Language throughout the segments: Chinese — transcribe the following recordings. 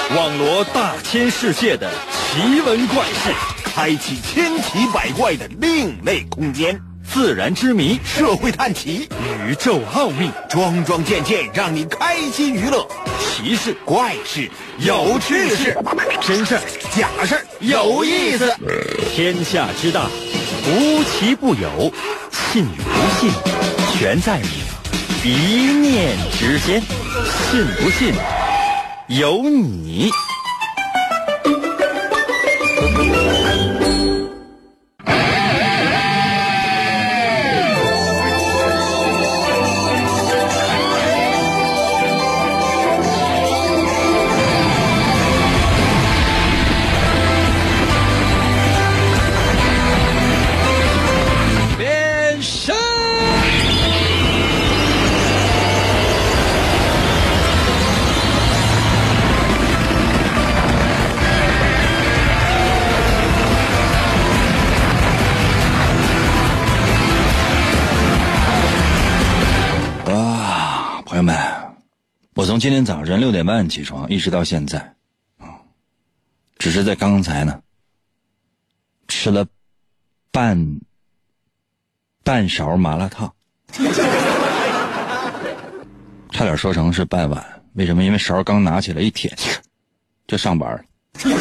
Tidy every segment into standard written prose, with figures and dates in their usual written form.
网罗大千世界的奇闻怪事， 开启千奇百怪的另类空间， 自然之谜， 社会探奇， 宇宙奥秘， 桩桩件件让你开心娱乐， 奇事怪事有趣事， 真事儿假事儿有意思。 天下之大，无奇不有，信与不信，全在你一念之间。信不信由你。 我从今天早晨6点半起床，一直到现在，只是在刚才呢，吃了半勺麻辣烫，差点说成是半碗。为什么？因为勺刚拿起来一舔，就上班了。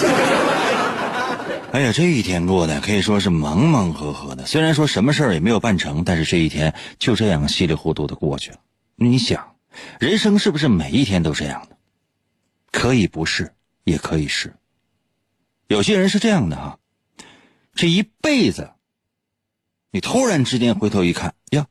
哎呀，这一天过的可以说是忙忙呵呵的。虽然说什么事儿也没有办成，但是这一天就这样稀里糊涂的过去了。你想，人生是不是每一天都这样的？可以不是，也可以是。有些人是这样的哈，这一辈子，你突然之间回头一看呀，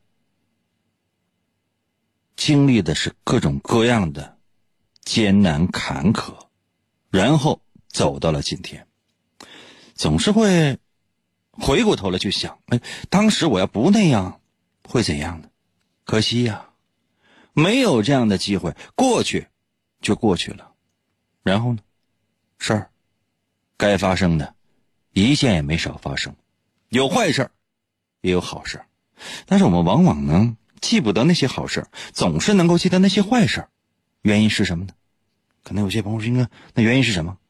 经历的是各种各样的艰难坎坷，然后走到了今天。总是会回过头来去想，当时我要不那样会怎样呢？可惜呀，没有这样的机会，过去就过去了。然后呢，事儿该发生的一件也没少发生，有坏事也有好事，但是我们往往呢记不得那些好事，总是能够记得那些坏事。原因是什么呢？可能有些朋友说，那原因是什么？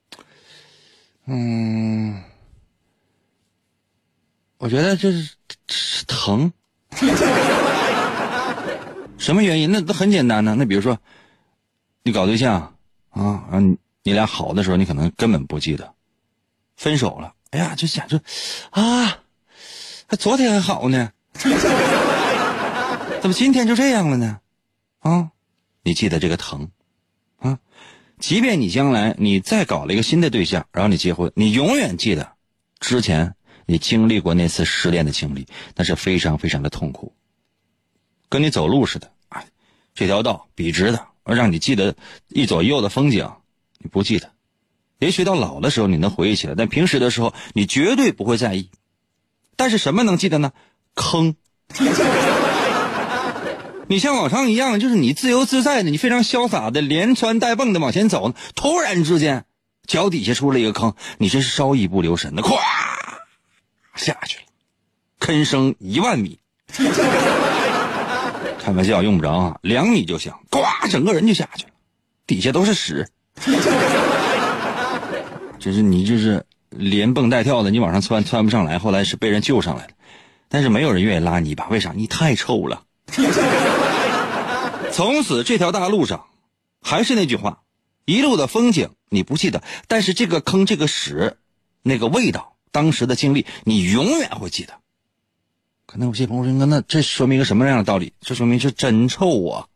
我觉得这是疼。什么原因？那都很简单呢。那比如说，你搞对象你俩好的时候，你可能根本不记得。分手了，哎呀，就想着他昨天还好呢，怎么今天就这样了呢？你记得这个疼即便你将来你再搞了一个新的对象，然后你结婚，你永远记得之前你经历过那次失恋的经历，那是非常非常的痛苦，跟你走路似的这条道笔直的，让你记得一左一右的风景，你不记得。也许到老的时候你能回忆起来，但平时的时候你绝对不会在意。但是什么能记得呢？坑。你像往常一样，就是你自由自在的，你非常潇洒的连窜带蹦的往前走，突然之间脚底下出了一个坑，你真是稍一不留神的咵下去了，坑深10000米。开玩笑用不着2米就行，咵整个人就下去了，底下都是屎。就是你就是连蹦带跳的，你往上窜不上来，后来是被人救上来的，但是没有人愿意拉你一把，为啥？你太臭了。从此这条大路上还是那句话，一路的风景你不记得，但是这个坑这个屎那个味道当时的经历你永远会记得。可能有些朋友说，那这说明一个什么样的道理？这说明是真臭啊。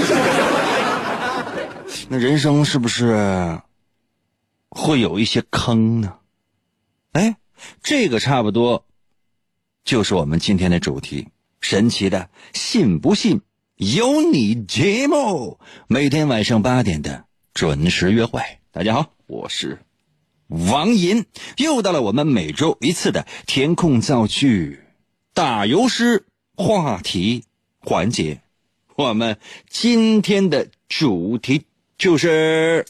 那人生是不是会有一些坑呢？这个差不多就是我们今天的主题，神奇的信不信由你节目，每天晚上8点的准时约会。大家好，我是王银，又到了我们每周一次的填空造句打油诗话题环节。我们今天的主题就是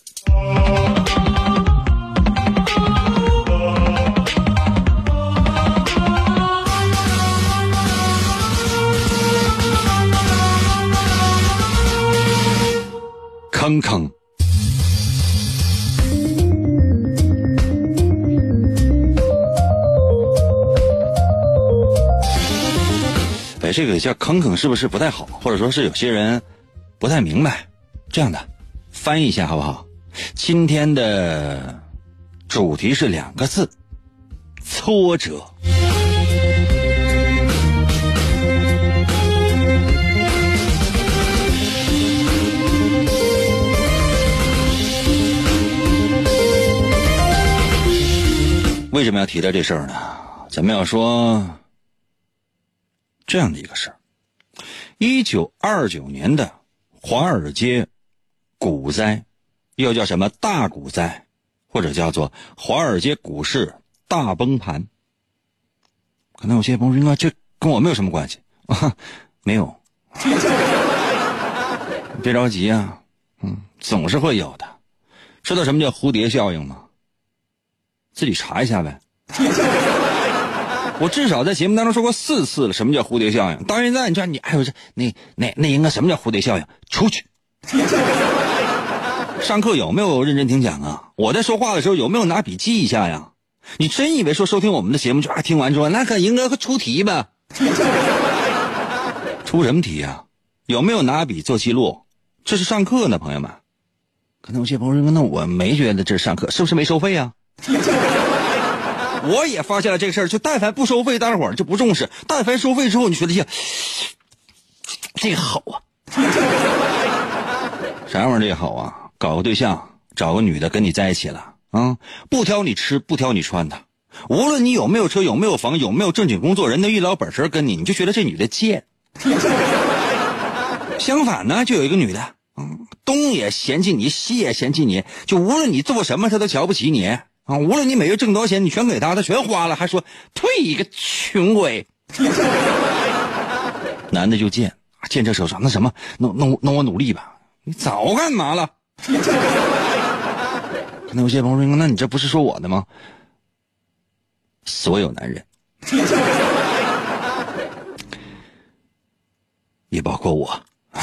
坑坑。 这个叫坑坑是不是不太好，或者说是有些人不太明白。这样的翻译一下好不好？今天的主题是2个字，挫折。为什么要提到这事儿呢？咱们要说这样的一个事儿：1929年的华尔街股灾，又叫什么大股灾，或者叫做华尔街股市大崩盘。可能有些朋友说，这跟我没有什么关系啊，没有，别着急啊，总是会有的。知道什么叫蝴蝶效应吗？自己查一下呗。我至少在节目当中说过4次了，什么叫蝴蝶效应？到现在你说你哎呦那应该什么叫蝴蝶效应？出去。上课有没有认真听讲啊？我在说话的时候有没有拿笔记一下呀？你真以为说收听我们的节目就听完之后那可应该出题吧？出什么题啊？有没有拿笔做记录？这是上课呢，朋友们。可能有些朋友说，那我没觉得这是上课，是不是没收费啊？我也发现了这个事儿，就但凡不收费，大伙儿就不重视；但凡收费之后，你觉得这个好啊？啥玩意儿这个好啊？搞个对象，找个女的跟你在一起了啊，不挑你吃，不挑你穿的，无论你有没有车，有没有房，有没有正经工作，人都一老本事跟你，你就觉得这女的贱。相反呢，就有一个女的，东也嫌弃你，西也嫌弃你，就无论你做什么，她都瞧不起你。无论你每月挣多少钱，你全给他全花了，还说退一个穷鬼。男的就贱这手上那什么，那我努力吧。你早干嘛了？可能有些朋友说，那你这不是说我的吗？所有男人，也包括我。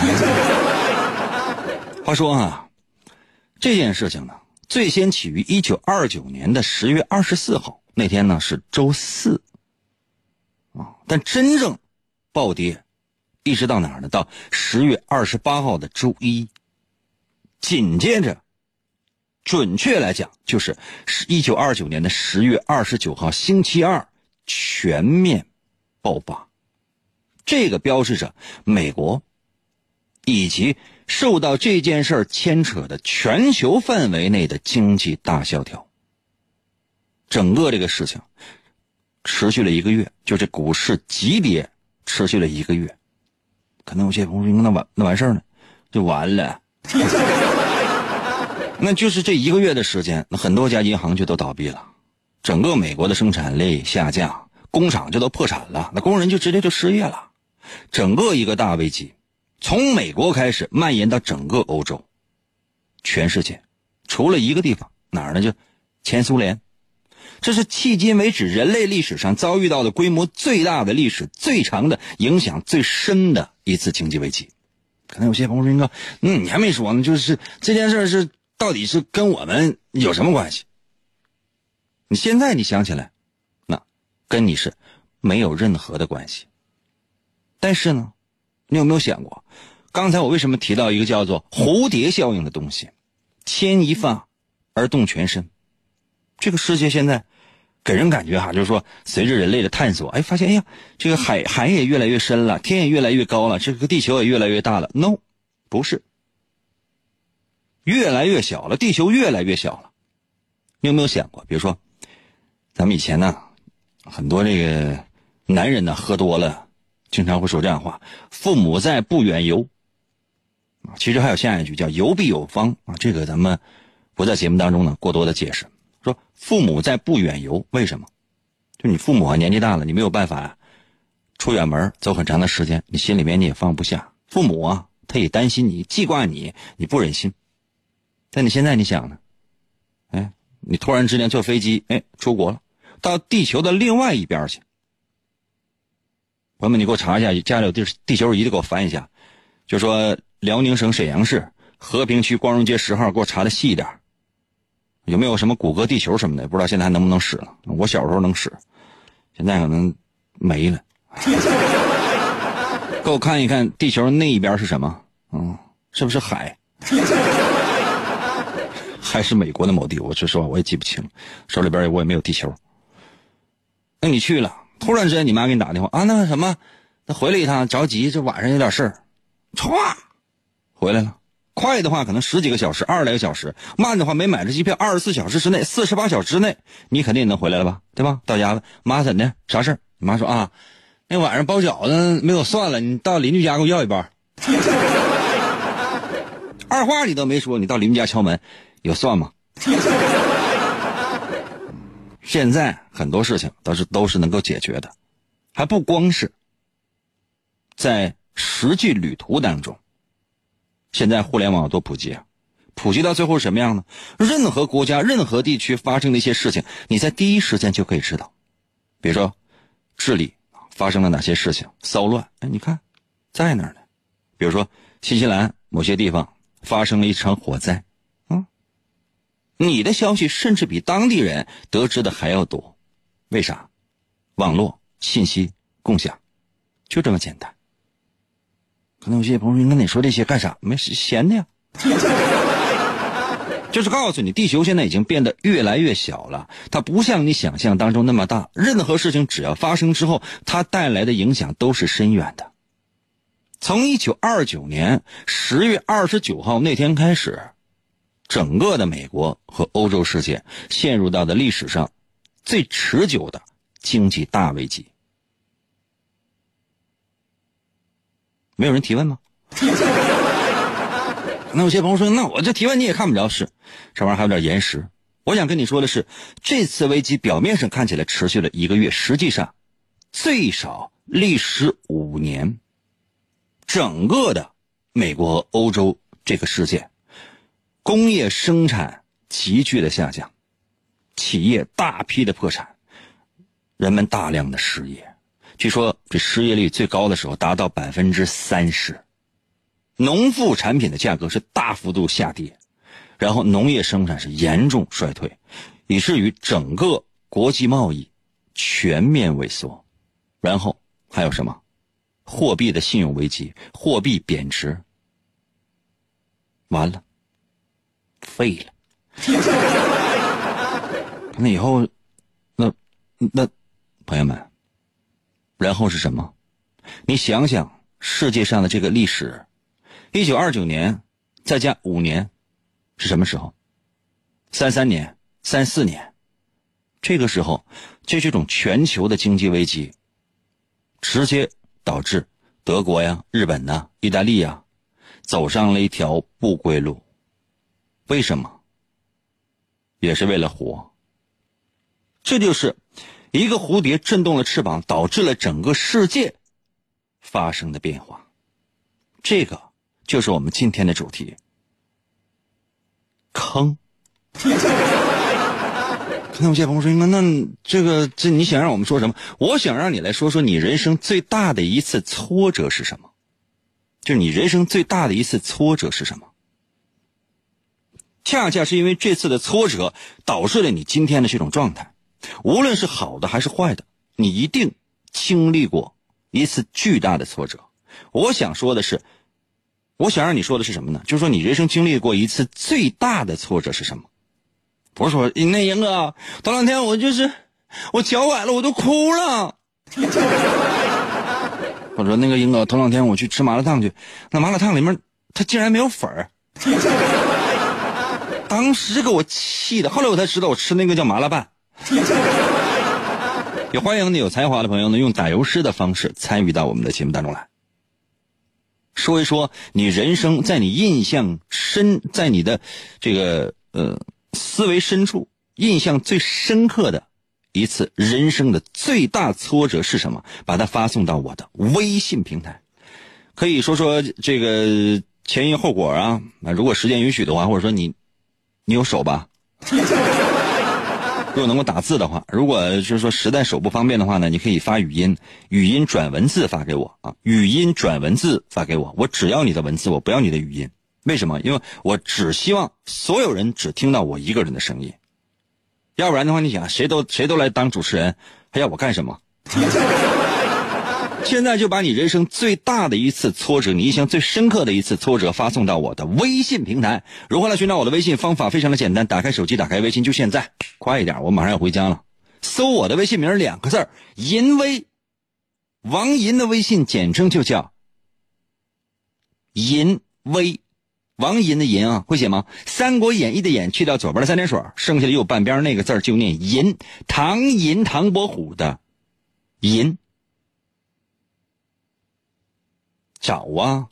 话说啊，这件事情呢，最先起于1929年的10月24号，那天呢是周4但真正暴跌一直到哪儿呢？到10月28号的周1，紧接着准确来讲就是1929年的10月29号星期二全面爆发。这个标志着美国以及受到这件事牵扯的全球范围内的经济大萧条。整个这个事情持续了1个月，就这股市急跌持续了1个月。可能有些朋友说，那完事儿了就完了。那就是这1个月的时间，那很多家银行就都倒闭了，整个美国的生产力下降，工厂就都破产了，那工人就直接就失业了。整个一个大危机从美国开始蔓延到整个欧洲，全世界除了一个地方，哪儿呢？就前苏联。这是迄今为止人类历史上遭遇到的规模最大的、历史最长的、影响最深的一次经济危机。可能有些朋友说，你还没说呢，就是这件事是到底是跟我们有什么关系？你现在你想起来，那跟你是没有任何的关系。但是呢，你有没有想过，刚才我为什么提到一个叫做蝴蝶效应的东西？牵一发而动全身。这个世界现在给人感觉就是说随着人类的探索，发现这个海也越来越深了，天也越来越高了，这个地球也越来越大了。 No， 不是，越来越小了，地球越来越小了。你有没有想过，比如说咱们以前呢，很多这个男人呢喝多了经常会说这样的话，父母在不远游。其实还有下一句叫游必有方这个咱们不在节目当中呢过多的解释。说父母在不远游，为什么？就你父母年纪大了，你没有办法出远门走很长的时间，你心里面你也放不下。父母他也担心你，记挂你，你不忍心。但你现在你想呢，你突然之间坐飞机出国了，到地球的另外一边去。朋友们，你给我查一下，家里有地球仪的给我翻一下，就说辽宁省沈阳市和平区光荣街10号，给我查的细一点。有没有什么谷歌地球什么的，不知道现在还能不能使了。我小时候能使，现在可能没了。 给我看一看地球那一边是什么？是不是海？还是美国的某地？我说我也记不清，手里边我也没有地球。那你去了，突然之间你妈给你打电话啊，那什么，那回来一趟着急，这晚上有点事儿，歘，回来了。快的话可能10几个小时，20来个小时；慢的话没买这机票，24小时之内，48小时之内，你肯定也能回来了吧？对吧？到家了，妈怎的？啥事儿？你妈说啊，那晚上包饺子没有蒜了，你到邻居家给我要一包。二话你都没说，你到邻居家敲门，有蒜吗？现在很多事情都是能够解决的，还不光是在实际旅途当中。现在互联网有多普及啊？普及到最后是什么样呢？任何国家任何地区发生的一些事情，你在第一时间就可以知道。比如说智利发生了哪些事情，骚乱，你看在那儿呢。比如说新西兰某些地方发生了一场火灾，你的消息甚至比当地人得知的还要多。为啥？网络信息共享，就这么简单。可能有些朋友说，那你说这些干啥？没事，闲的呀。就是告诉你，地球现在已经变得越来越小了，它不像你想象当中那么大。任何事情只要发生之后，它带来的影响都是深远的。从1929年10月29号那天开始，整个的美国和欧洲世界陷入到的历史上最持久的经济大危机。没有人提问吗？那有些朋友说，那我这提问你也看不着，是这玩意儿还有点延时。我想跟你说的是，这次危机表面上看起来持续了1个月，实际上最少历时5年。整个的美国和欧洲这个世界，工业生产急剧的下降，企业大批的破产，人们大量的失业。据说这失业率最高的时候达到30%，农副产品的价格是大幅度下跌，然后农业生产是严重衰退，以至于整个国际贸易全面萎缩。然后还有什么？货币的信用危机，货币贬值，完了，废了。那以后，那朋友们，然后是什么？你想想世界上的这个历史，1929年再加5年是什么时候？33年、34年。这个时候，这种全球的经济危机，直接导致德国呀、日本呐、意大利呀走上了一条不归路。为什么？也是为了活。这就是一个蝴蝶震动了翅膀，导致了整个世界发生的变化。这个就是我们今天的主题，坑。可能有些朋友说，那这你想让我们说什么？我想让你来说说你人生最大的一次挫折是什么？就是你人生最大的一次挫折是什么？恰恰是因为这次的挫折导致了你今天的这种状态。无论是好的还是坏的，你一定经历过一次巨大的挫折。我想说的是，我想让你说的是什么呢？就是说你人生经历过一次最大的挫折是什么？不是说那英哥，头两天我脚崴了，我都哭了。我说那个英哥，头两天我去吃麻辣烫去，那麻辣烫里面它竟然没有粉儿。当时给我气的，后来我才知道我吃那个叫麻辣拌。也欢迎你有才华的朋友呢，用打油诗的方式参与到我们的节目当中来，说一说你人生在你印象深，在你的这个思维深处印象最深刻的一次人生的最大挫折是什么？把它发送到我的微信平台，可以说说这个前因后果啊。如果时间允许的话，或者说你有手吧。如果能够打字的话，如果就是说实在手不方便的话呢，你可以发语音转文字发给我啊，语音转文字发给我，我只要你的文字，我不要你的语音。为什么？因为我只希望所有人只听到我一个人的声音，要不然的话，你想谁都来当主持人，还要我干什么？ 现在就把你人生最大的一次挫折，你印象最深刻的一次挫折发送到我的微信平台。如何来寻找我的微信？方法非常的简单，打开手机，打开微信，就现在，快一点，我马上要回家了。搜我的微信名2个字，银威，王银的微信简称就叫银威，王银的银啊，会写吗？三国演义的演去掉左边的3点水，剩下的右半边那个字就念银，唐银唐伯虎的银。找啊。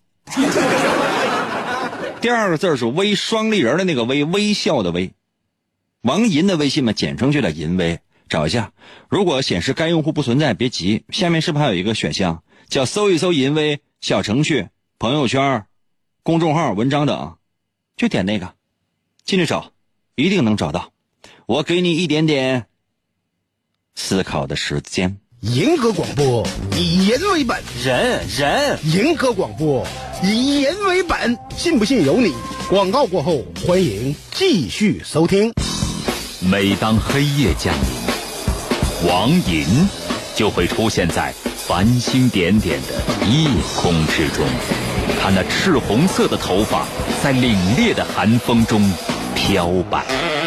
第二个字是微，双立人的那个微，微笑的微。王银的微信嘛，简称就叫银微。找一下，如果显示该用户不存在，别急，下面是不是还有一个选项叫搜一搜银微小程序、朋友圈、公众号、文章等，就点那个进去找，一定能找到。我给你一点点思考的时间。 银河广播以人为本， 人银河广播以人为本，信不信由你。广告过后，欢迎继续收听。 每当黑夜降临，王银就会出现在繁星点点的夜空之中，他那赤红色的头发在凛冽的寒风中飘摆，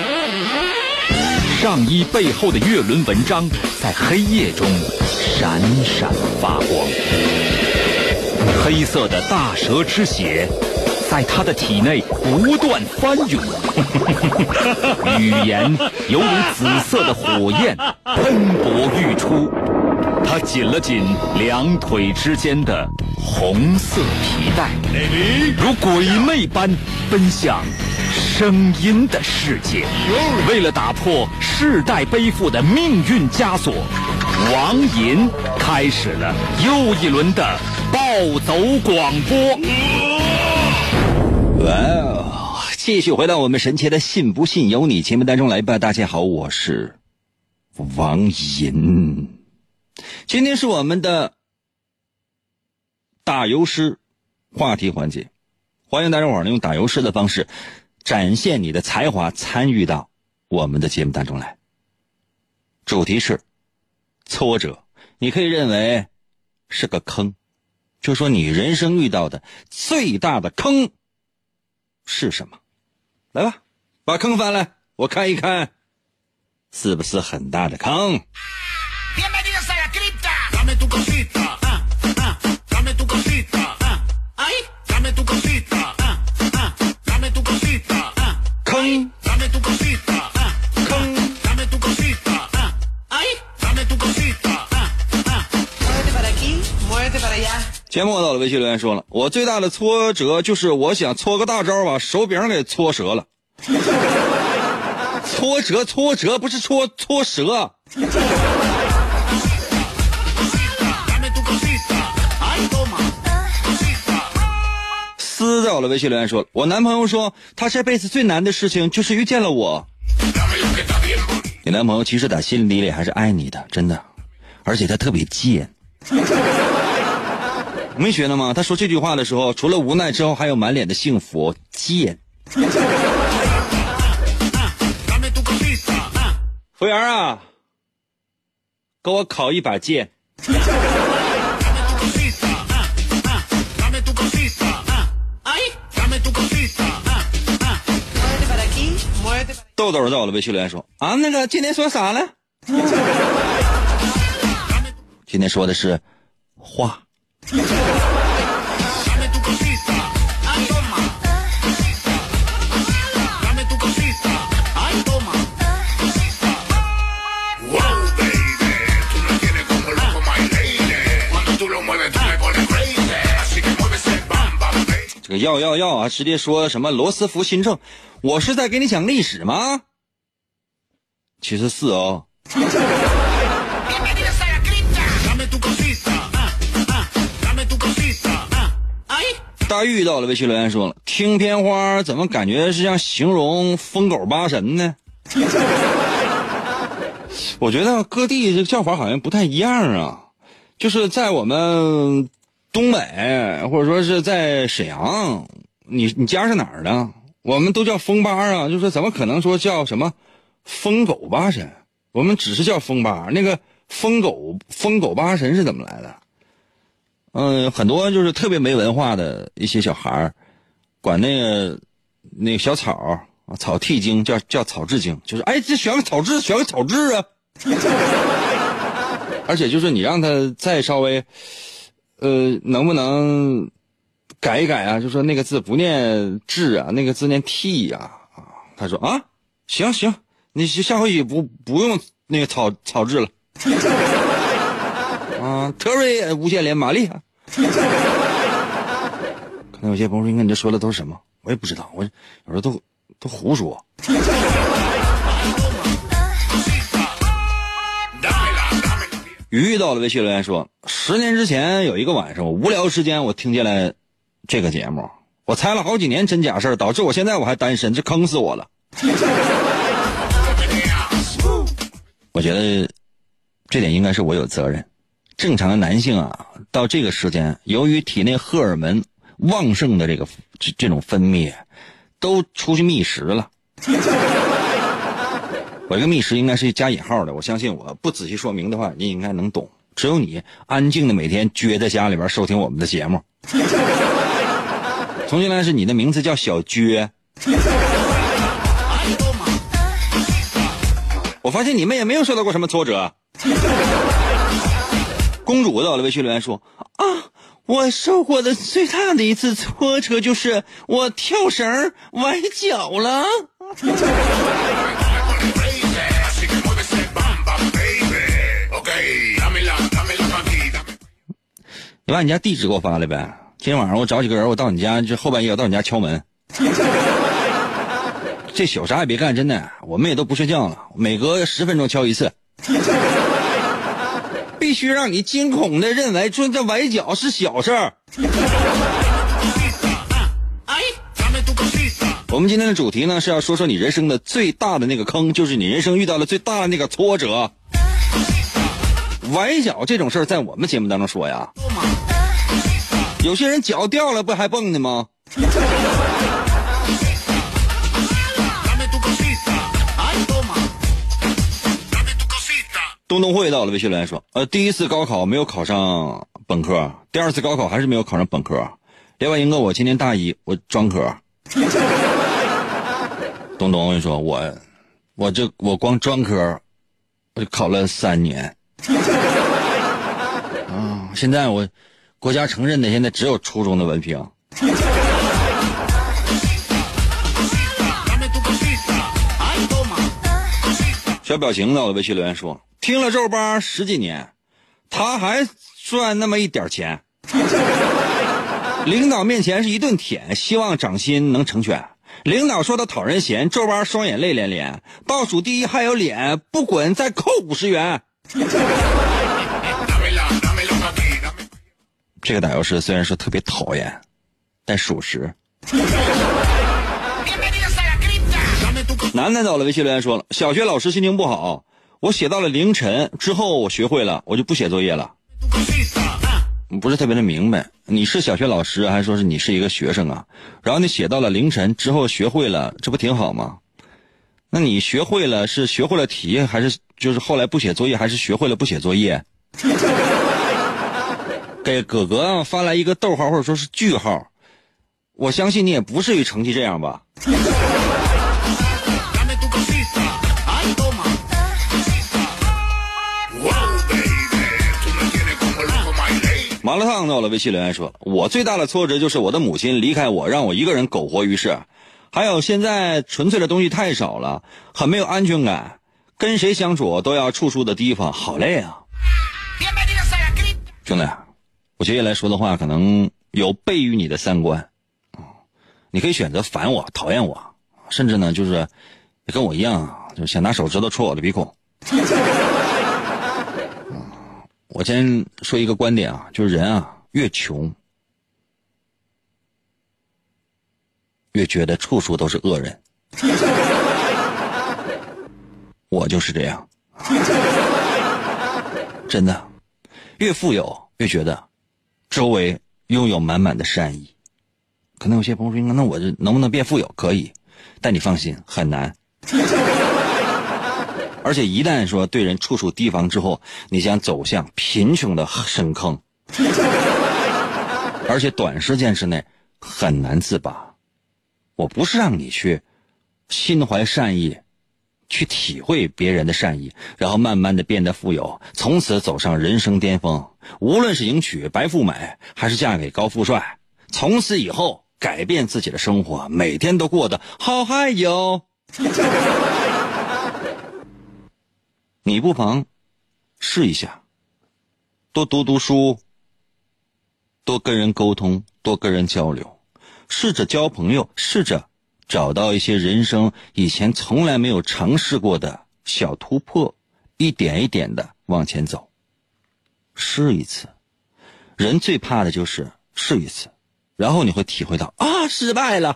上衣背后的月轮纹章在黑夜中闪闪发光，黑色的大蛇之血在他的体内不断翻涌，语言犹如紫色的火焰喷薄欲出，他紧了紧两腿之间的红色皮带，如鬼魅般奔向声音的世界。为了打破世代背负的命运枷锁，王银开始了又一轮的暴走广播。 哇，继续回到我们神奇的信不信由你节目当中来吧。大家好，我是王银。今天是我们的打油诗话题环节，欢迎大家伙儿用打油诗的方式展现你的才华，参与到我们的节目当中来。主题是挫折，你可以认为是个坑，就说你人生遇到的最大的坑是什么？来吧，把坑翻来，我看一看是不是很大的坑。坑节目到了，微信留言说了，我最大的挫折就是我想搓个大招把手柄给搓折了。搓折不是搓折。私在我的微信留言说了，我男朋友说他这辈子最难的事情就是遇见了我。你男朋友其实打心底里还是爱你的，真的，而且他特别贱。没觉得吗？他说这句话的时候，除了无奈之后还有满脸的幸福。贱。服务员啊，给我烤一把剑。豆豆在我的微信留言说啊，那个今天说啥了？今天说的是话。这个要啊，直接说什么罗斯福新政，我是在给你讲历史吗？其实是哦。大玉到了微信留言说了，听片花怎么感觉是像形容疯狗八神呢？我觉得各地这个叫法好像不太一样啊，就是在我们东北或者说是在沈阳，你家是哪儿的？我们都叫疯八啊，就是怎么可能说叫什么疯狗八神？我们只是叫疯八，那个疯狗八神是怎么来的？ 很多就是特别没文化的一些小孩管那个小草草剃精叫草治精，就是这选个草治啊。而且就是你让他再稍微能不能改一改啊，就说那个字不念治啊，那个字念剃啊。他说啊，行，你下回也不用那个草治了。特瑞无限连玛丽啊。可能有些朋友说你这说的都是什么，我也不知道，我有时候都胡说。鱼到了微信留言说，10年之前有一个晚上，我无聊时间我听见了这个节目，我猜了好几年真假事，导致我现在我还单身，这坑死我了。我觉得这点应该是我有责任。正常的男性啊，到这个时间，由于体内荷尔蒙旺盛的这种分泌，都出去觅食了。我这个觅食应该是加引号的，我相信我不仔细说明的话，你应该能懂。只有你安静的每天撅在家里边收听我们的节目。从今来是你的名字叫小撅。我发现你们也没有受到过什么挫折。公主到了微信留言说我受过的最大的一次挫折就是我跳绳崴脚了。你把你家地址给我发来呗，今天晚上我找几个人，我到你家，就后半夜我到你家敲门。这宿啥也别干，真的，我们也都不睡觉了，每隔10分钟敲一次。必须让你惊恐的认为这崴脚是小事儿。我们今天的主题呢是要说说你人生的最大的那个坑，就是你人生遇到了最大的那个挫折。崴脚这种事儿在我们节目当中说呀，有些人脚掉了不还蹦呢吗？东东会到了微信留言说，第一次高考没有考上本科，第二次高考还是没有考上本科。另外英哥，我今年大一，我专科。东东，我跟你说，我光专科，我就考了3年。现在我国家承认的现在只有初中的文凭。小表情到了微信留言说，听了皱巴10几年，他还赚那么一点钱。领导面前是一顿舔，希望涨薪能成全。领导说他讨人嫌，皱巴双眼泪连连。倒数第一还有脸，不滚再扣50元。这个打油诗虽然说特别讨厌，但属实。楠楠到了微信留言说了，小学老师心情不好，我写到了凌晨之后我学会了，我就不写作业了。不是特别的明白，你是小学老师还是说是你是一个学生啊？然后你写到了凌晨之后学会了，这不挺好吗？那你学会了是学会了题，还是就是后来不写作业，还是学会了不写作业？给哥哥发来一个逗号或者说是句号，我相信你也不至于成绩这样吧。麻辣烫到了微信留言说，我最大的挫折就是我的母亲离开我，让我一个人苟活于世。还有现在纯粹的东西太少了，很没有安全感，跟谁相处都要处处的提防，好累啊。兄弟，我接下来说的话可能有悖于你的三观，你可以选择烦我讨厌我，甚至呢就是跟我一样就想拿手指头戳我的鼻孔。我先说一个观点啊，就是人啊越穷越觉得处处都是恶人。我就是这样。真的，越富有越觉得周围拥有满满的善意。可能有些朋友说，那我这能不能变富有？可以，但你放心，很难。而且一旦说对人处处提防之后，你将走向贫穷的深坑。 而且短时间之内很难自拔。我不是让你去心怀善意，去体会别人的善意，然后慢慢的变得富有，从此走上人生巅峰。无论是迎娶白富美，还是嫁给高富帅，从此以后改变自己的生活，每天都过得好嗨哟。你不妨试一下，多读读书，多跟人沟通，多跟人交流，试着交朋友，试着找到一些人生以前从来没有尝试过的小突破，一点一点的往前走。试一次，人最怕的就是试一次，然后你会体会到啊，失败了。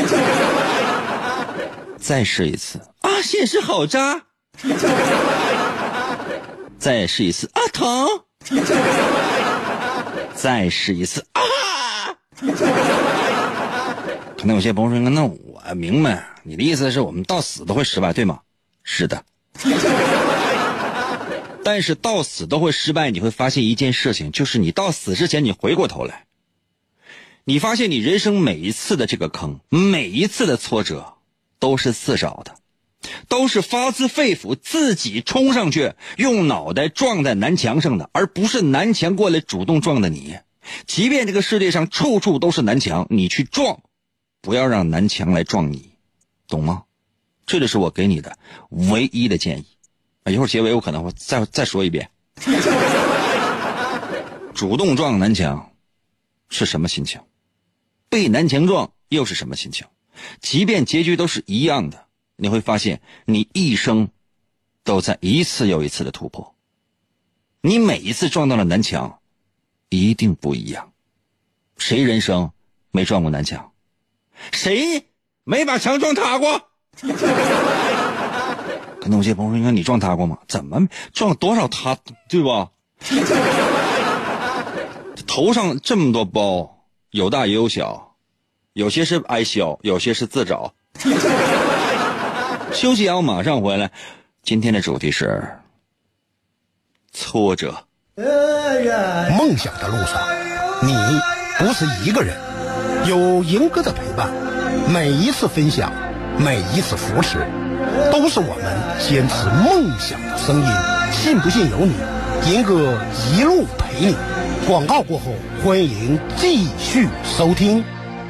再试一次啊，现实好渣。再试一次啊，疼。再试一次啊。可能有些朋友说，那我明白你的意思是我们到死都会失败，对吗？是的。但是到死都会失败，你会发现一件事情，就是你到死之前，你回过头来，你发现你人生每一次的这个坑，每一次的挫折都是自找的，都是发自肺腑自己冲上去用脑袋撞在南墙上的，而不是南墙过来主动撞的你。即便这个世界上处处都是南墙，你去撞，不要让南墙来撞你，懂吗？这就是我给你的唯一的建议。一会儿结尾我可能会再说一遍。主动撞南墙是什么心情？被南墙撞又是什么心情？即便结局都是一样的，你会发现你一生都在一次又一次的突破。你每一次撞到了南墙一定不一样。谁人生没撞过南墙？谁没把墙撞塌过？可能有些朋友说，你撞塌过吗？怎么撞多少塌，对吧？头上这么多包，有大也有小，有些是挨削，有些是自找。休息啊，马上回来。今天的主题是挫折。 梦想的路上，你不是一个人，有银哥的陪伴，每一次分享，每一次扶持，都是我们坚持梦想的声音。信不信由你，银哥一路陪你。广告过后，欢迎继续收听。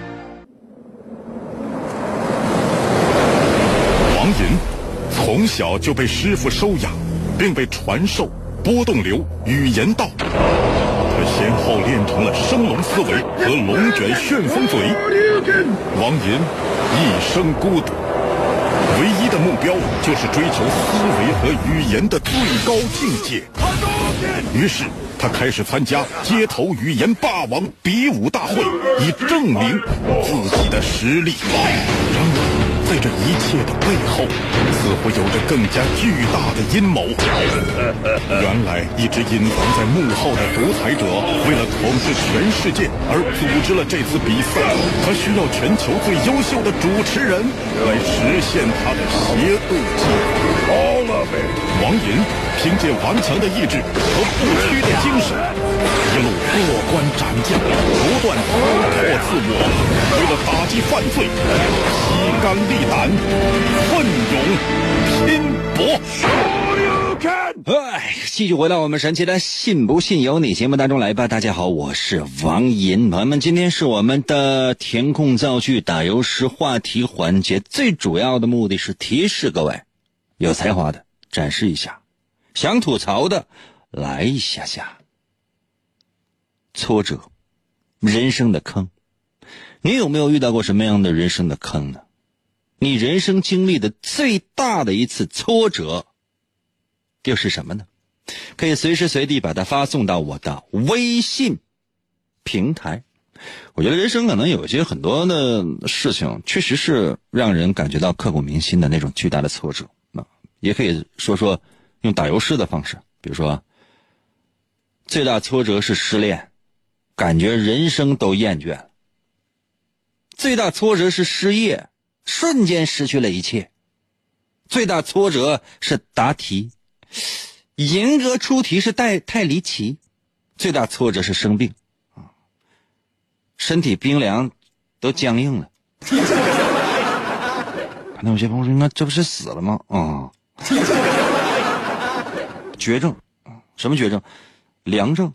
王银从小就被师傅收养，并被传授波动流、语言道。他先后练成了升龙思维和龙卷旋风嘴。王银一生孤独，唯一的目标就是追求思维和语言的最高境界。于是他开始参加街头语言霸王比武大会，以证明自己的实力。然而在这一切的背后，似乎有着更加巨大的阴谋。原来一直隐藏在幕后的独裁者，为了统治全世界而组织了这次比赛。他需要全球最优秀的主持人来实现他的邪恶计划。王银凭借顽强的意志和不屈的精神，一路过关斩将，不断突破自我，为了打击犯罪，披肝沥胆，奋勇拼搏。 继续回到我们神奇的信不信由你节目当中来吧。大家好，我是王银。朋友们，今天是我们的填空造句打油诗话题环节，最主要的目的是提示各位有才华的展示一下，想吐槽的来一下下。挫折，人生的坑，你有没有遇到过什么样的人生的坑呢？你人生经历的最大的一次挫折又是什么呢？可以随时随地把它发送到我的微信平台。我觉得人生可能有一些很多的事情确实是让人感觉到刻骨铭心的那种巨大的挫折，也可以说用打油诗的方式，比如说最大挫折是失恋，感觉人生都厌倦了；最大挫折是失业，瞬间失去了一切；最大挫折是答题，严格出题是太离奇；最大挫折是生病。 身体冰凉，都僵硬了。那有些朋友说，那这不是死了吗？啊、绝症，什么绝症？凉症。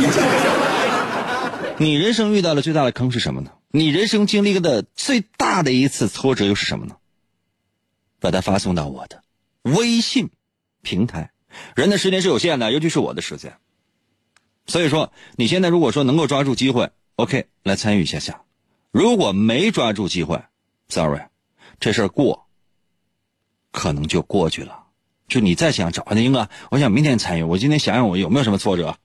你人生遇到的最大的坑是什么呢？你人生经历的最大的一次挫折又是什么呢？把它发送到我的微信平台。人的时间是有限的，尤其是我的时间。所以说，你现在如果说能够抓住机会 ，OK， 来参与一下下。如果没抓住机会 ，sorry， 这事儿过，可能就过去了。就你再想找那英哥，我想明天参与，我今天想想我有没有什么挫折。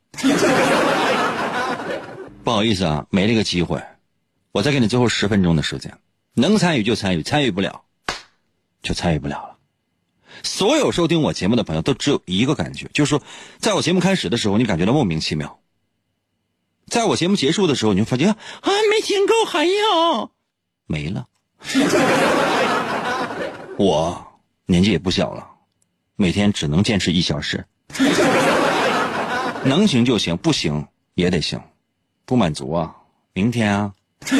不好意思啊，没这个机会。我再给你最后10分钟的时间，能参与就参与，参与不了就参与不了了。所有收听我节目的朋友都只有一个感觉，就是说在我节目开始的时候你感觉到莫名其妙，在我节目结束的时候你会发现啊，没听够还要没了。我年纪也不小了，每天只能坚持1小时，能行就行，不行也得行，不满足啊，明天啊。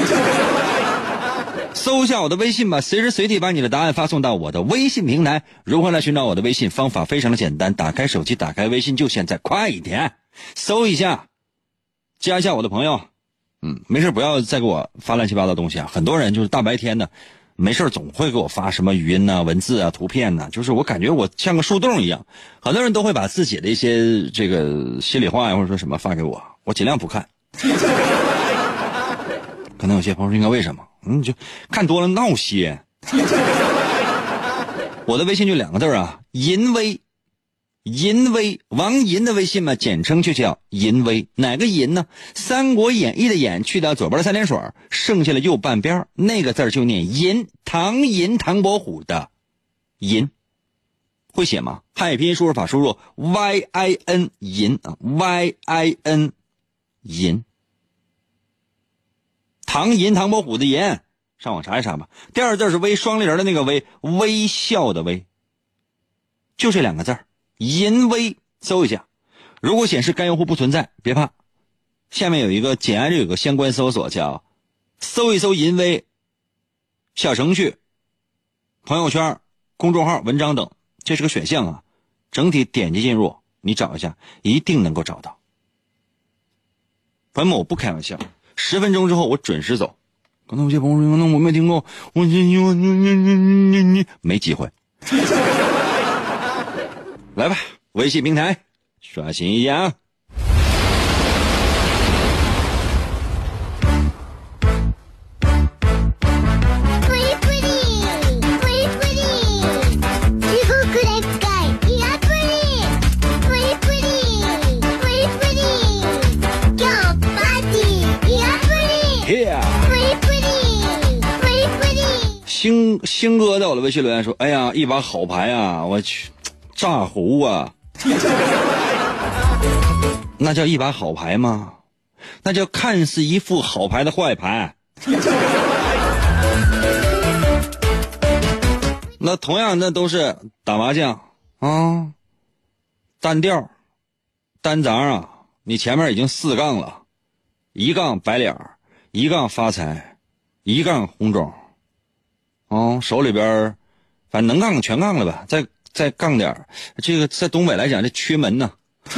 搜一下我的微信吧，随时随地把你的答案发送到我的微信平台。如何来寻找我的微信？方法非常的简单，打开手机，打开微信，就现在，快一点，搜一下，加一下我的朋友。没事不要再给我发乱七八糟东西啊！很多人就是大白天的，没事总会给我发什么语音啊、文字啊、图片啊，就是我感觉我像个树洞一样。很多人都会把自己的一些这个心里话呀，或者说什么发给我，我尽量不看。可能有些朋友说应该为什么？你就看多了闹些。我的微信就2个字啊，淫威。淫威，王淫的微信嘛，简称就叫淫威。哪个淫呢？三国演义的演去掉左边的3点水，剩下了右半边，那个字就念淫。唐寅唐伯虎的淫，会写吗？汉语拼音输入法输入 YIN 淫啊 ，YIN 淫。唐寅唐伯虎的寅，上网查一查吧。第二字是微，双立人的那个微，微笑的微，就这2个字，淫威。搜一下，如果显示该用户不存在，别怕，下面有一个简安，有个相关搜索叫搜一搜淫威，小程序、朋友圈、公众号、文章等，这是个选项啊。整体点击进入，你找一下，一定能够找到。朋友们，我不开玩笑，10分钟之后我准时走。刚才有些朋友说，那我没听过，我没机会。来吧，微信平台刷新一下。星哥在我的微信留言说，哎呀，一把好牌啊，我去炸胡啊。那叫一把好牌吗？那叫看似一副好牌的坏牌。那同样的都是打麻将啊，单调单杂啊，你前面已经4杠了，1杠白脸，1杠发财，1杠红中，手里边反正能杠全杠了吧，再杠点，这个在东北来讲这缺门呢。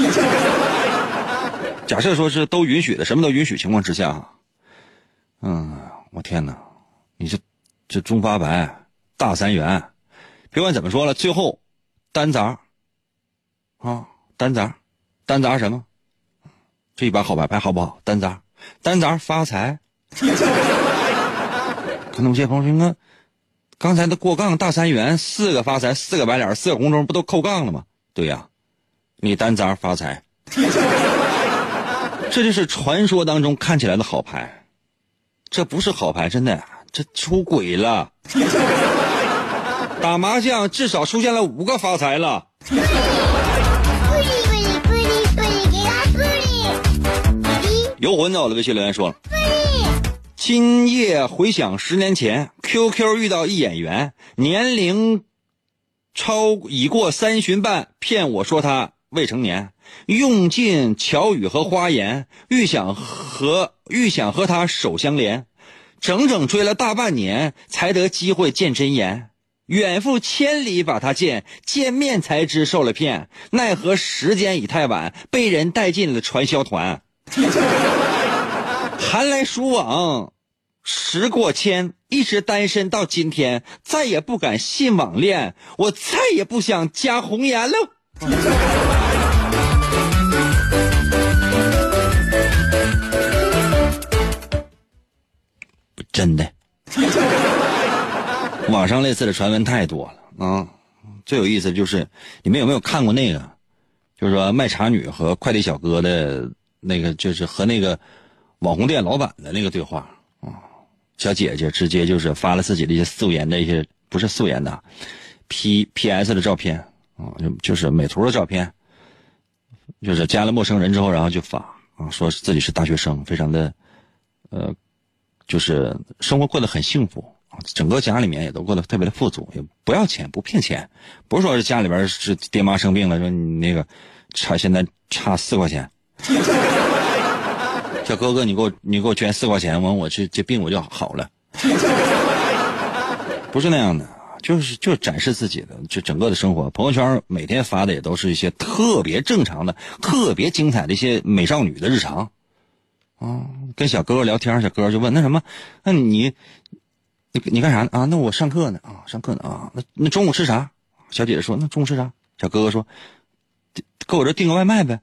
假设说是都允许的，什么都允许情况之下，我天哪，你这中发白大3元，别管怎么说了，最后单杂啊，单杂什么？这一把好牌好不好？单杂发财。可能有些朋友说，刚才的过杠大3元，4个发财，4个白脸，4个红中，不都扣杠了吗？对呀，你单杂发财。这就是传说当中看起来的好牌，这不是好牌，真的，这出轨了。打麻将至少出现了5个发财了。游魂在我的微信留言说了，今夜回想10年前 QQ 遇到一演员，年龄已过3旬半，骗我说他未成年，用尽巧语和花言，欲想和他手相连，整整追了大半年，才得机会见真言。远赴千里把他见，见面才知受了骗，奈何时间已太晚，被人带进了传销团。寒来暑往时过千，一直单身到今天，再也不敢信网恋，我再也不想加红颜了。真的，网上类似的传闻太多了啊！最有意思的就是你们有没有看过那个，就是说卖茶女和快递小哥的那个，就是和那个网红店老板的那个对话啊？小姐姐直接就是发了自己的一些素颜的一些，不是素颜的 PS 的照片啊，就是美图的照片，就是加了陌生人之后，然后就发啊，说自己是大学生，非常的就是生活过得很幸福，整个家里面也都过得特别的富足，也不要钱，不骗钱，不是说是家里边是爹妈生病了，说你那个现在差4块钱，小哥哥你给我捐4块钱，完我这病我就好了，不是那样的，就展示自己的就整个的生活，朋友圈每天发的也都是一些特别正常的、特别精彩的一些美少女的日常。跟小哥哥聊天，小哥哥就问那什么，那你干啥呢啊？那我上课呢啊，上课呢啊。那中午吃啥？小姐姐说那中午吃啥？小哥哥说给我这订个外卖呗。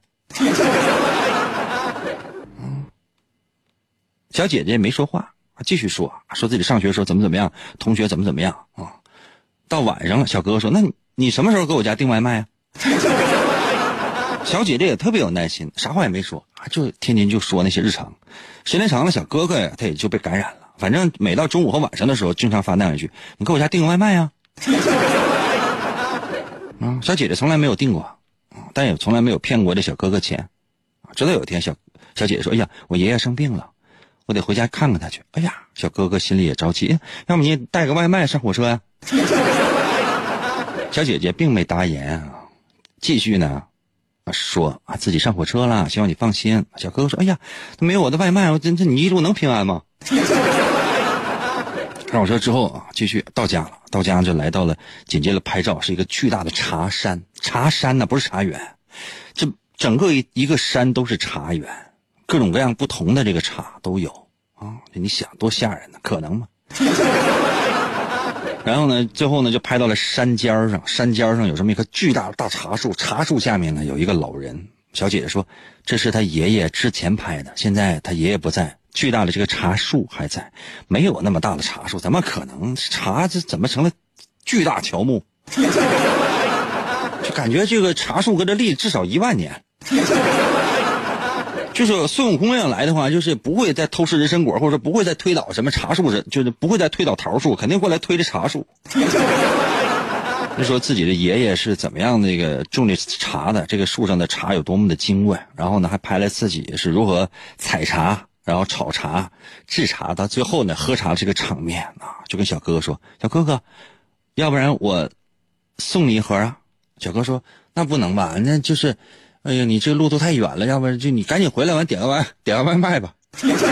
小姐姐没说话，继续说自己上学的时候怎么样，同学怎么样啊。到晚上了，小哥哥说那你什么时候给我家订外卖啊？小姐姐也特别有耐心，啥话也没说，就天天就说那些日常。时间长了，小哥哥呀他也就被感染了，反正每到中午和晚上的时候经常发那样一句，你给我家订个外卖啊。小姐姐从来没有订过，但也从来没有骗过这小哥哥钱。直到有一天小姐姐说，哎呀我爷爷生病了，我得回家看看他去。哎呀小哥哥心里也着急，要不你带个外卖上火车呀。小姐姐并没答言啊，继续呢说自己上火车了，希望你放心。小哥哥说，哎呀没有我的外卖，你一路能平安吗？上火车之后继续到家了，到家就来到了，紧接着拍照是一个巨大的茶山。茶山呢不是茶园，这整个一个山都是茶园，各种各样不同的这个茶都有啊！你想多吓人呢，可能吗？然后呢最后呢就拍到了山尖上，山尖上有这么一棵巨大的大茶树，茶树下面呢有一个老人。小姐姐说这是他爷爷之前拍的，现在他爷爷不在，巨大的这个茶树还在，没有那么大的茶树，怎么可能？茶这怎么成了巨大乔木？就感觉这个茶树搁这立至少1万年。就是孙悟空要来的话，就是不会再偷吃人参果，或者说不会再推倒什么茶树，就是不会再推倒桃树，肯定过来推这茶树。就说自己的爷爷是怎么样那个种这茶的，这个树上的茶有多么的金贵，然后呢还拍了自己是如何采茶，然后炒茶、制茶，到最后呢喝茶这个场面啊，就跟小哥哥说：“小哥哥，要不然我送你一盒啊？”小哥说：“那不能吧，那就是。”哎呀，你这路途太远了，要不然就你赶紧回来完点个外卖吧。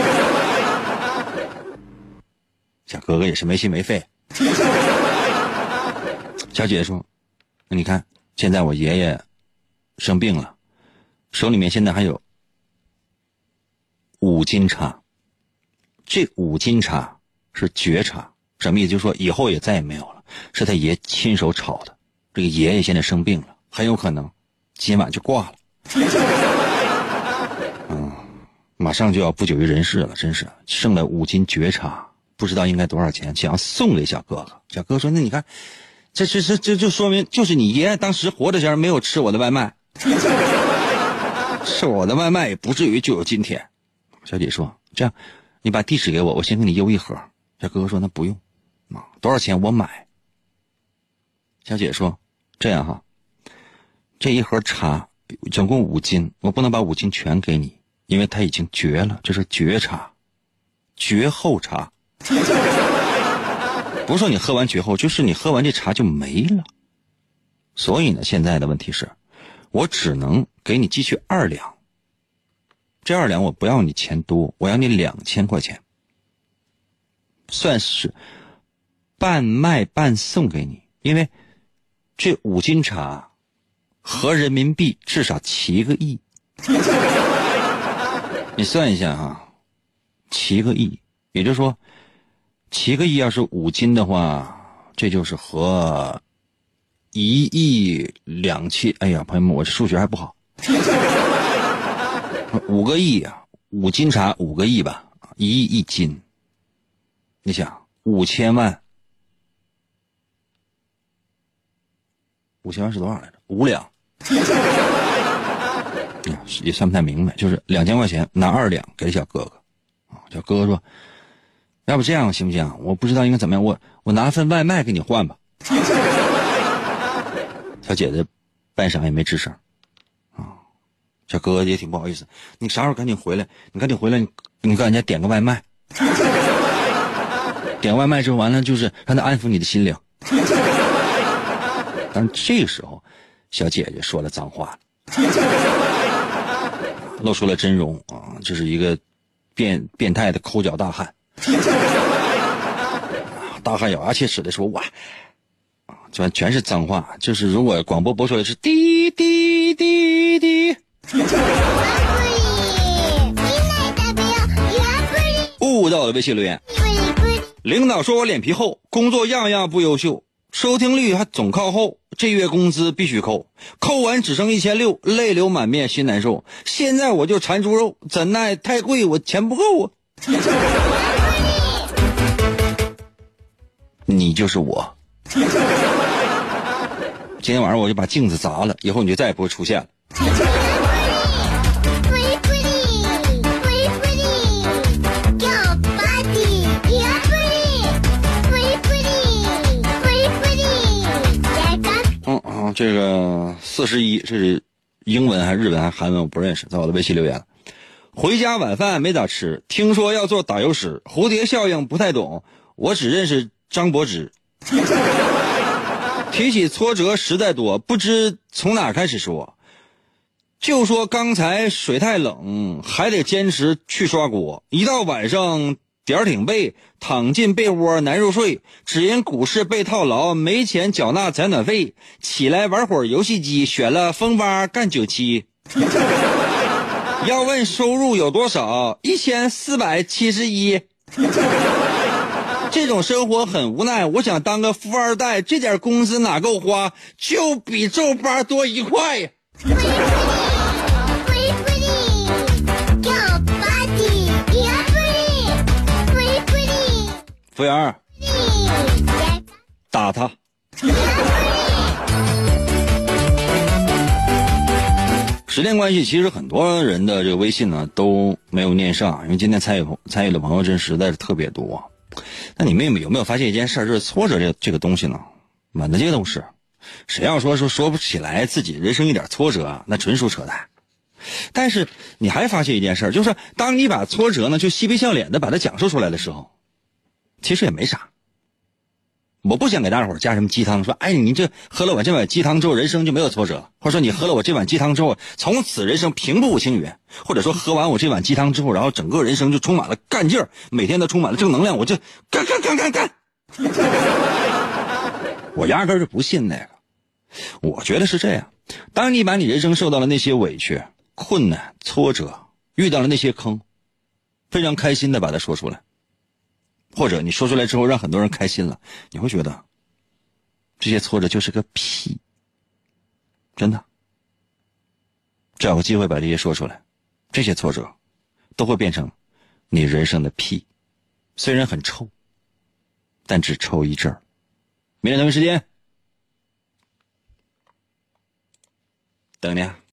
小哥哥也是没心没肺。小姐姐说：“那你看，现在我爷爷生病了，手里面现在还有5斤茶，这5斤茶是绝茶，什么意思？就是说以后也再也没有了，是他爷亲手炒的。这个爷爷现在生病了，很有可能今晚就挂了。”马上就要不久于人世了，真是剩了5斤绝茶，不知道应该多少钱，想要送给小哥哥。小哥哥说：“那你看，这就说明就是你爷爷当时活着前没有吃我的外卖，吃我的外卖也不至于就有今天。”小姐说：“这样，你把地址给我，我先给你邮一盒。”小哥哥说：“那不用，多少钱我买。”小姐说：“这样哈，这一盒茶总共5斤，我不能把5斤全给你，因为它已经绝了，这是绝茶，绝后茶。不是说你喝完绝后，就是你喝完这茶就没了。所以呢，现在的问题是， 我只能给你寄去2两，这2两我不要你钱多，我要你2000块钱，算是半卖半送给你。因为这5斤茶合人民币至少7个亿，你算一下啊，7个亿，也就是说7个亿要是5斤的话，这就是合1亿2千。哎呀，朋友们，我这数学还不好。5个亿啊，5斤茶5个亿吧，1亿1斤。你想5000万，5000万是多少来着？5两。也算不太明白，就是2000块钱拿2两给小哥哥。小哥哥说，要不这样行不行？我不知道应该怎么样，我拿份外卖给你换吧。小姐姐半晌也没吱声啊。小哥哥也挺不好意思，你啥时候赶紧回来？你赶紧回来，你给人家点个外卖。点外卖之后完了，就是让他安抚你的心灵。但这个时候小姐姐说了脏话，露出了真容啊！这是一个变态的抠脚大汉。大汉咬牙切齿的说：“哇，全是脏话，就是如果广播播出来是滴滴滴滴。”误到了微信留言，领导说我脸皮厚，工作样样不优秀，收听率还总靠后，这月工资必须扣，扣完只剩1600，泪流满面心难受。现在我就馋猪肉，怎奈太贵，我钱不够啊。你就是我。今天晚上我就把镜子砸了，以后你就再也不会出现了。这个41，这是英文还是日文还是韩文我不认识，在我的微信留言了。回家晚饭没咋吃，听说要做打油诗，蝴蝶效应不太懂，我只认识张柏芝。提起挫折实在多，不知从哪开始说。就说刚才水太冷，还得坚持去刷锅，一到晚上点儿挺背，躺进被窝难入睡，只因股市被套牢，没钱缴纳采暖费，起来玩会儿游戏机，选了风八干97。要问收入有多少，1471。这种生活很无奈，我想当个富二代，这点工资哪够花，就比皱巴多1块呀。服务员，打他。时间关系，其实很多人的这个微信呢都没有念上，因为今天参与的朋友真实在是特别多。那你们有没有发现一件事，就是挫折这个东西呢，满大街都是。谁要说不起来自己人生一点挫折啊，那纯属扯淡。但是你还发现一件事，就是当你把挫折呢就嬉皮笑脸的把它讲述出来的时候，其实也没啥。我不想给大伙儿加什么鸡汤，说哎你这喝了我这碗鸡汤之后人生就没有挫折，或者说你喝了我这碗鸡汤之后从此人生平步青云，或者说喝完我这碗鸡汤之后然后整个人生就充满了干劲儿，每天都充满了正能量，我就干。我压根儿就不信那个。我觉得是这样，当你把你人生受到了那些委屈、困难、挫折，遇到了那些坑，非常开心的把它说出来，或者你说出来之后让很多人开心了，你会觉得这些挫折就是个屁。真的，找个机会把这些说出来，这些挫折都会变成你人生的屁，虽然很臭，但只臭一阵儿。明天同一时间等你啊。